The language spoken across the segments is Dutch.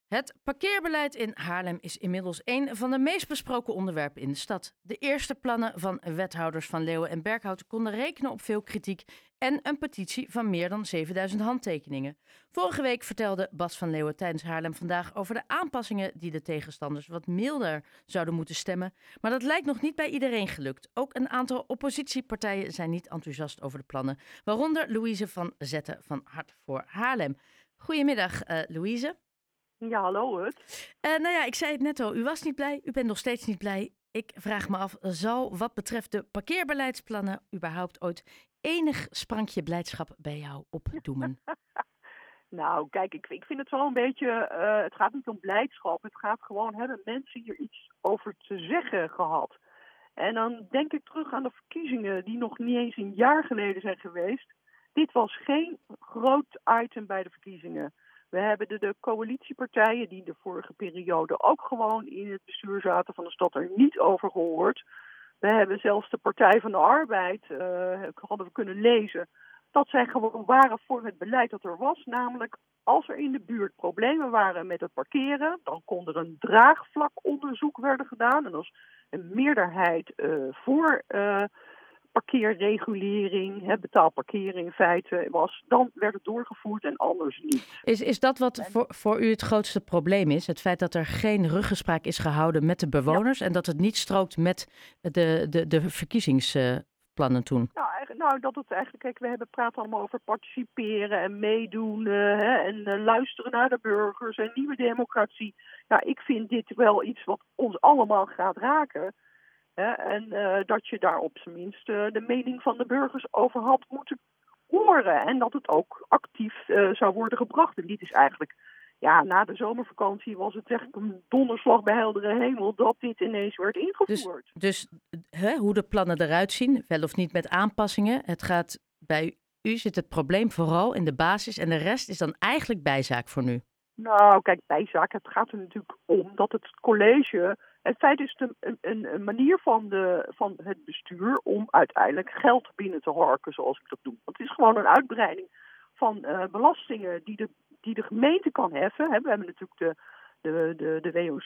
Het parkeerbeleid in Haarlem is inmiddels een van de meest besproken onderwerpen in de stad. De eerste plannen van wethouders van Leeuwen en Berkhout konden rekenen op veel kritiek en een petitie van meer dan 7000 handtekeningen. Vorige week vertelde Bas van Leeuwen tijdens Haarlem Vandaag over de aanpassingen die de tegenstanders wat milder zouden moeten stemmen. Maar dat lijkt nog niet bij iedereen gelukt. Ook een aantal oppositiepartijen zijn niet enthousiast over de plannen, waaronder Louise van Zetten van Hart voor Haarlem. Goedemiddag, Louise. Ja, hallo het. Ik zei het net al, u was niet blij, u bent nog steeds niet blij. Ik vraag me af, zal wat betreft de parkeerbeleidsplannen überhaupt ooit enig sprankje blijdschap bij jou opdoemen? Nou, kijk, ik vind het wel een beetje, het gaat niet om blijdschap. Het gaat gewoon, hebben mensen hier iets over te zeggen gehad? En dan denk ik terug aan de verkiezingen die nog niet eens een jaar geleden zijn geweest. Dit was geen groot item bij de verkiezingen. We hebben de coalitiepartijen die de vorige periode ook gewoon in het bestuur zaten van de stad er niet over gehoord. We hebben zelfs de Partij van de Arbeid, hadden we kunnen lezen, dat zij gewoon waren voor het beleid dat er was. Namelijk, als er in de buurt problemen waren met het parkeren, dan kon er een draagvlakonderzoek worden gedaan. En als een meerderheid voor parkeerregulering, betaalparkeren in feite was, dan werd het doorgevoerd en anders niet. Is dat wat voor u het grootste probleem is? Het feit dat er geen ruggespraak is gehouden met de bewoners en dat het niet strookt met de verkiezingsplannen toen? Nou, dat het eigenlijk, kijk, we praten allemaal over participeren en meedoen en luisteren naar de burgers en nieuwe democratie. Ja, ik vind dit wel iets wat ons allemaal gaat raken. En dat je daar op zijn minst de mening van de burgers over had moeten horen. En dat het ook actief zou worden gebracht. En dit is eigenlijk, ja, na de zomervakantie was het echt een donderslag bij heldere hemel dat dit ineens werd ingevoerd. Dus hoe de plannen eruit zien, wel of niet met aanpassingen. Het gaat bij u zit het probleem vooral in de basis en de rest is dan eigenlijk bijzaak voor nu. Nou, kijk, bijzaak, het gaat er natuurlijk om dat het college, in feite is het een manier van het bestuur om uiteindelijk geld binnen te harken, zoals ik dat doe. Want het is gewoon een uitbreiding van belastingen die de gemeente kan heffen. We hebben natuurlijk de WOZ,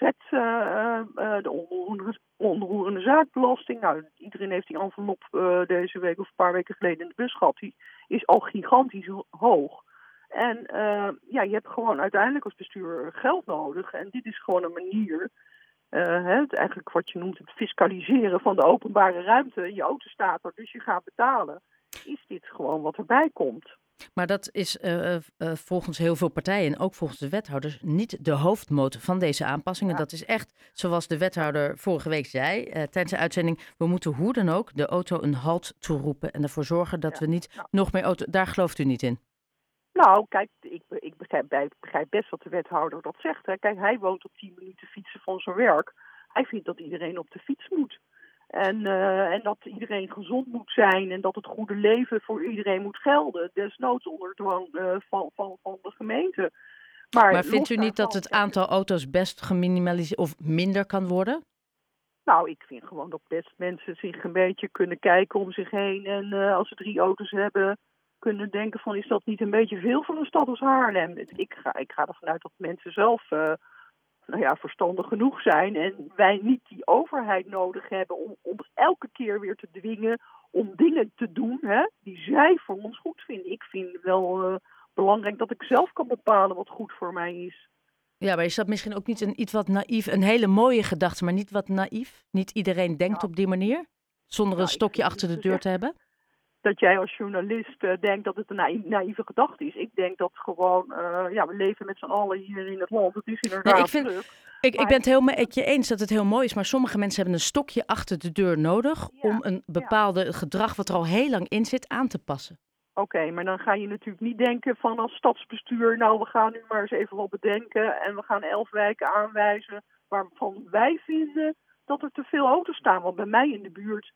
de onroerende zaakbelasting. Nou, iedereen heeft die envelop deze week of een paar weken geleden in de bus gehad. Die is al gigantisch hoog. En je hebt gewoon uiteindelijk als bestuur geld nodig. En dit is gewoon een manier, eigenlijk wat je noemt het fiscaliseren van de openbare ruimte. Je auto staat er, dus je gaat betalen. Is dit gewoon wat erbij komt? Maar dat is volgens heel veel partijen en ook volgens de wethouders niet de hoofdmoot van deze aanpassingen. Ja. Dat is echt, zoals de wethouder vorige week zei tijdens de uitzending, we moeten hoe dan ook de auto een halt toeroepen en ervoor zorgen dat we niet nog meer auto. Daar gelooft u niet in? Nou, kijk, ik begrijp best wat de wethouder dat zegt. Hè. Kijk, hij woont op 10 minuten fietsen van zijn werk. Hij vindt dat iedereen op de fiets moet. En dat iedereen gezond moet zijn en dat het goede leven voor iedereen moet gelden. Desnoods onder dwang van de gemeente. Maar vindt u niet dat het aantal auto's best geminimaliseerd of minder kan worden? Nou, ik vind gewoon dat best mensen zich een beetje kunnen kijken om zich heen. En als ze 3 auto's hebben, kunnen denken van, is dat niet een beetje veel voor een stad als Haarlem? Ik ga ervan uit dat mensen zelf verstandig genoeg zijn. En wij niet die overheid nodig hebben om elke keer weer te dwingen om dingen te doen die zij voor ons goed vinden. Ik vind wel belangrijk dat ik zelf kan bepalen wat goed voor mij is. Ja, maar is dat misschien ook niet iets wat naïef, een hele mooie gedachte, maar niet wat naïef? Niet iedereen denkt op die manier, zonder een stokje achter de deur te hebben? Dat jij als journalist denkt dat het een naïeve gedachte is. Ik denk dat gewoon, we leven met z'n allen hier in het land. Het is inderdaad Ik ben het helemaal met je eens dat het heel mooi is, maar sommige mensen hebben een stokje achter de deur nodig om een bepaalde gedrag wat er al heel lang in zit aan te passen. Oké, maar dan ga je natuurlijk niet denken van als stadsbestuur, nou we gaan nu maar eens even wat bedenken en we gaan 11 wijken aanwijzen waarvan wij vinden dat er te veel auto's staan. Want bij mij in de buurt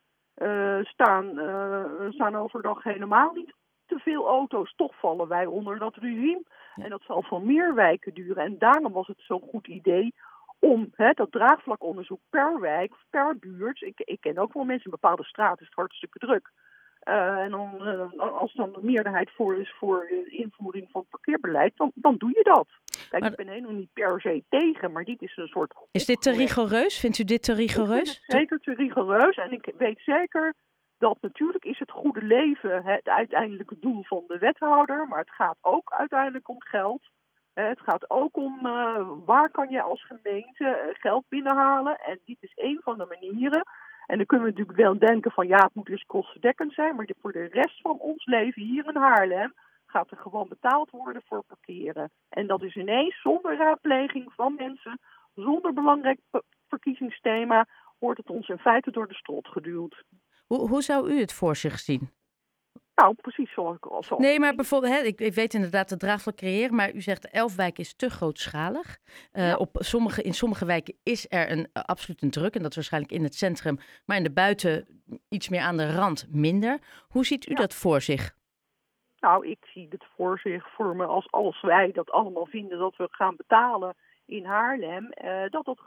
staan overdag helemaal niet te veel auto's. Toch vallen wij onder dat regime. Ja. En dat zal voor meer wijken duren. En daarom was het zo'n goed idee om dat draagvlakonderzoek per wijk, per buurt. Ik ken ook wel mensen in bepaalde straten, is het hartstikke druk. En dan, als dan de meerderheid voor is voor de invoering van het parkeerbeleid, dan doe je dat. Kijk, Maar ik ben helemaal niet per se tegen, maar dit is een soort is dit te opgelegd. rigoureus? Vindt u dit te Ik vind rigoureus? het zeker te rigoureus en ik weet zeker dat natuurlijk is het goede leven het uiteindelijke doel van de wethouder, maar het gaat ook uiteindelijk om geld. Het gaat ook om waar kan je als gemeente geld binnenhalen en dit is een van de manieren. En dan kunnen we natuurlijk wel denken van ja, het moet dus kostendekkend zijn, maar voor de rest van ons leven hier in Haarlem gaat er gewoon betaald worden voor parkeren. En dat is ineens zonder raadpleging van mensen, zonder belangrijk verkiezingsthema, wordt het ons in feite door de strot geduwd. Hoe zou u het voor zich zien? Nou, precies zoals ik al zo. Nee, maar bijvoorbeeld, ik weet inderdaad dat draagvlak creëren, maar u zegt 11 wijken is te grootschalig. Ja. In sommige wijken is er absoluut een druk en dat is waarschijnlijk in het centrum, maar in de buiten iets meer aan de rand minder. Hoe ziet u dat voor zich? Nou, ik zie het voor me als wij dat allemaal vinden dat we gaan betalen in Haarlem, dat het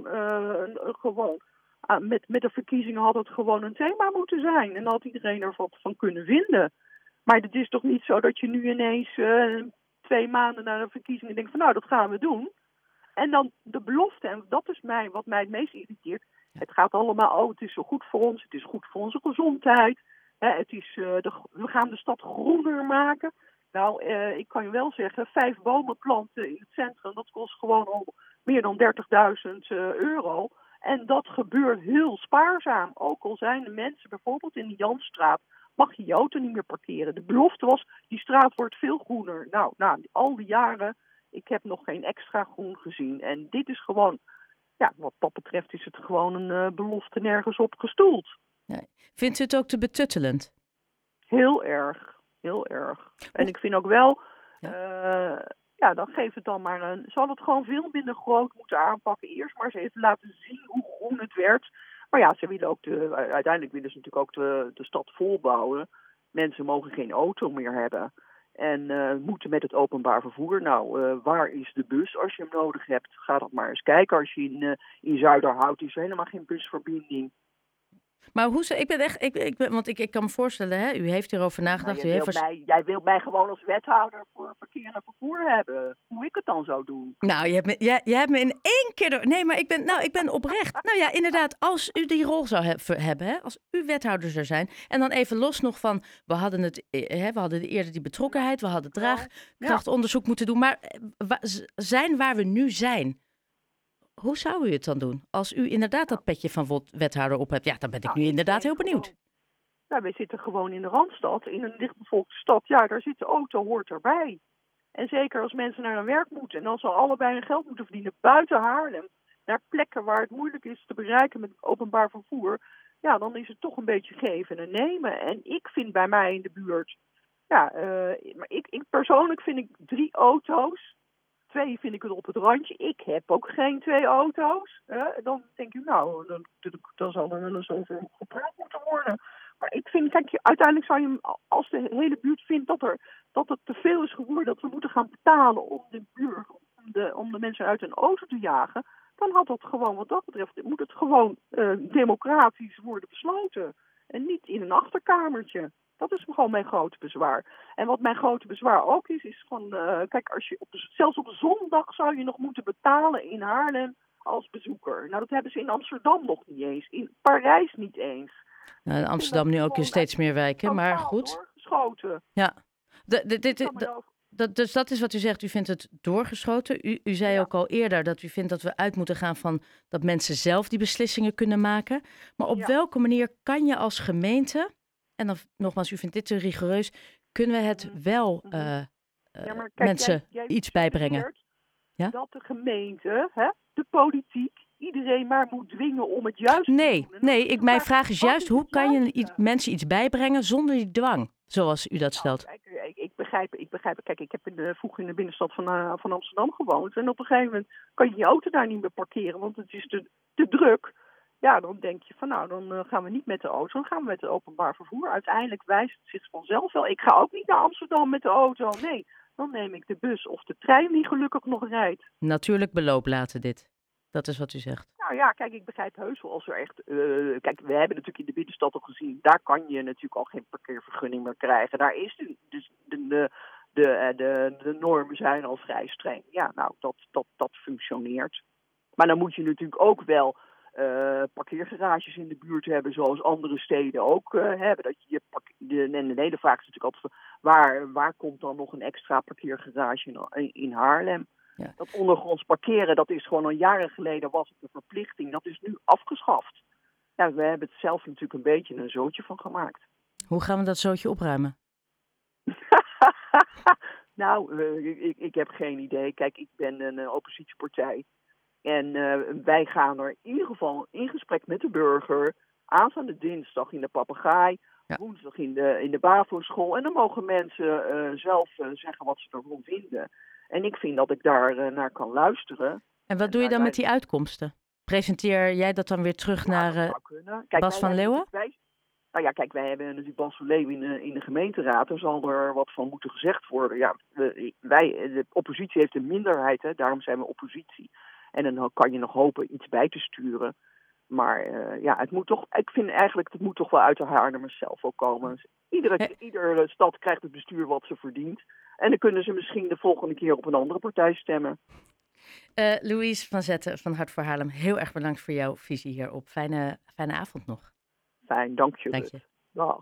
gewoon met de verkiezingen had het gewoon een thema moeten zijn. En had iedereen er wat van kunnen vinden. Maar het is toch niet zo dat je nu ineens 2 maanden na de verkiezingen denkt van nou, dat gaan we doen. En dan de belofte, en dat is wat mij het meest irriteert. Het gaat allemaal, het is zo goed voor ons, het is goed voor onze gezondheid. We gaan de stad groener maken. Nou, ik kan je wel zeggen, 5 bomen planten in het centrum, dat kost gewoon al meer dan €30.000. En dat gebeurt heel spaarzaam. Ook al zijn de mensen bijvoorbeeld in de Janstraat, mag je auto niet meer parkeren. De belofte was, die straat wordt veel groener. Nou, na al die jaren, ik heb nog geen extra groen gezien. En dit is gewoon, ja, wat dat betreft is het gewoon een belofte nergens op gestoeld. Nee. Vindt u het ook te betuttelend? Heel erg, heel erg. En ik vind ook wel, dan geef het dan maar zal het gewoon veel minder groot moeten aanpakken. Eerst maar eens even laten zien hoe groen het werd. Maar ja, ze willen ook uiteindelijk willen ze natuurlijk ook de stad volbouwen. Mensen mogen geen auto meer hebben. En moeten met het openbaar vervoer. Nou, waar is de bus als je hem nodig hebt? Ga dat maar eens kijken. Als je in Zuiderhout is er helemaal geen busverbinding. Maar want ik kan me voorstellen, hè, u heeft hierover nagedacht. Jij wilt mij gewoon als wethouder voor verkeer en vervoer hebben. Hoe ik het dan zou doen. Nou, je hebt me in 1 keer... Nee, maar ik ben oprecht. Nou ja, inderdaad, als u die rol zou hebben, hè, als u wethouder zou zijn. En dan even los nog van, we hadden eerder die betrokkenheid, we hadden draagkrachtonderzoek moeten doen. Maar zijn waar we nu zijn... Hoe zou u het dan doen? Als u inderdaad dat petje van wethouder op hebt, ja, dan ben ik nu inderdaad heel benieuwd. Nou, wij zitten gewoon in de Randstad, in een dichtbevolkte stad. Ja, daar zit de auto, hoort erbij. En zeker als mensen naar hun werk moeten en als ze allebei hun geld moeten verdienen buiten Haarlem, naar plekken waar het moeilijk is te bereiken met openbaar vervoer, ja, dan is het toch een beetje geven en nemen. En ik vind bij mij in de buurt, maar ik persoonlijk vind ik 3 auto's. 2 vind ik het op het randje. Ik heb ook geen 2 auto's. Dan denk je, nou, dan zal er wel eens over gepraat moeten worden. Maar ik vind, kijk, uiteindelijk zou je, als de hele buurt vindt dat het te veel is geworden, dat we moeten gaan betalen om de buurt, om de mensen uit hun auto te jagen, dan had dat gewoon, wat dat betreft, moet het gewoon democratisch worden besloten. En niet in een achterkamertje. Dat is gewoon mijn grote bezwaar. En wat mijn grote bezwaar ook is van, kijk, als je zelfs op zondag zou je nog moeten betalen in Haarlem als bezoeker. Nou, dat hebben ze in Amsterdam nog niet eens. In Parijs niet eens. Nou, in Amsterdam nu ook in steeds meer wijken, maar goed. Doorgeschoten. Ja. Dus dat is wat u zegt. U vindt het doorgeschoten. U zei ook al eerder dat u vindt dat we uit moeten gaan van dat mensen zelf die beslissingen kunnen maken. Maar op welke manier kan je als gemeente, en dan nogmaals, u vindt dit te rigoureus, kunnen we het wel mensen iets bijbrengen? Ja? Dat de gemeente, de politiek, iedereen maar moet dwingen om het juist te doen. Nee, mijn vraag is juist, hoe kan je mensen iets bijbrengen zonder die dwang, zoals u dat stelt? Ik begrijp. Kijk, ik heb vroeger in de binnenstad van Amsterdam gewoond. En op een gegeven moment kan je auto daar niet meer parkeren, want het is te druk. Ja, dan denk je van nou, dan gaan we niet met de auto, dan gaan we met het openbaar vervoer. Uiteindelijk wijst het zich vanzelf wel. Ik ga ook niet naar Amsterdam met de auto. Nee, dan neem ik de bus of de trein die gelukkig nog rijdt. Natuurlijk beloop laten dit. Dat is wat u zegt. Nou ja, kijk, ik begrijp heus wel als er echt... kijk, we hebben natuurlijk in de binnenstad al gezien... daar kan je natuurlijk al geen parkeervergunning meer krijgen. Daar is de normen zijn al vrij streng. Ja, nou, dat functioneert. Maar dan moet je natuurlijk ook wel parkeergarages in de buurt hebben... zoals andere steden ook hebben. Dat je en de hele vraag is natuurlijk altijd... waar komt dan nog een extra parkeergarage in Haarlem? Ja. Dat ondergronds parkeren, dat is gewoon al jaren geleden was het een verplichting. Dat is nu afgeschaft. Ja, we hebben het zelf natuurlijk een beetje een zootje van gemaakt. Hoe gaan we dat zootje opruimen? Nou, ik heb geen idee. Kijk, ik ben een oppositiepartij. En wij gaan er in ieder geval in gesprek met de burger. Aanstaande dinsdag in de Papegaai. Ja. Woensdag in de BAVO-school. En dan mogen mensen zelf zeggen wat ze ervan vinden. En ik vind dat ik daar naar kan luisteren. En wat doe je dan met die uitkomsten? Presenteer jij dat dan weer terug naar Bas van Leeuwen? Nou ja, kijk, wij hebben natuurlijk Bas van Leeuwen in de gemeenteraad. Er zal er wat van moeten gezegd worden. Ja, de oppositie heeft een minderheid, hè, daarom zijn we oppositie. En dan kan je nog hopen iets bij te sturen. Maar het moet toch, ik vind eigenlijk, het moet toch wel uit de Haarlemmers zelf ook komen. Iedere stad krijgt het bestuur wat ze verdient. En dan kunnen ze misschien de volgende keer op een andere partij stemmen. Louise van Zetten van Hart voor Haarlem, heel erg bedankt voor jouw visie hierop. Fijne avond nog. Fijn, dank je. Dank je. Dag.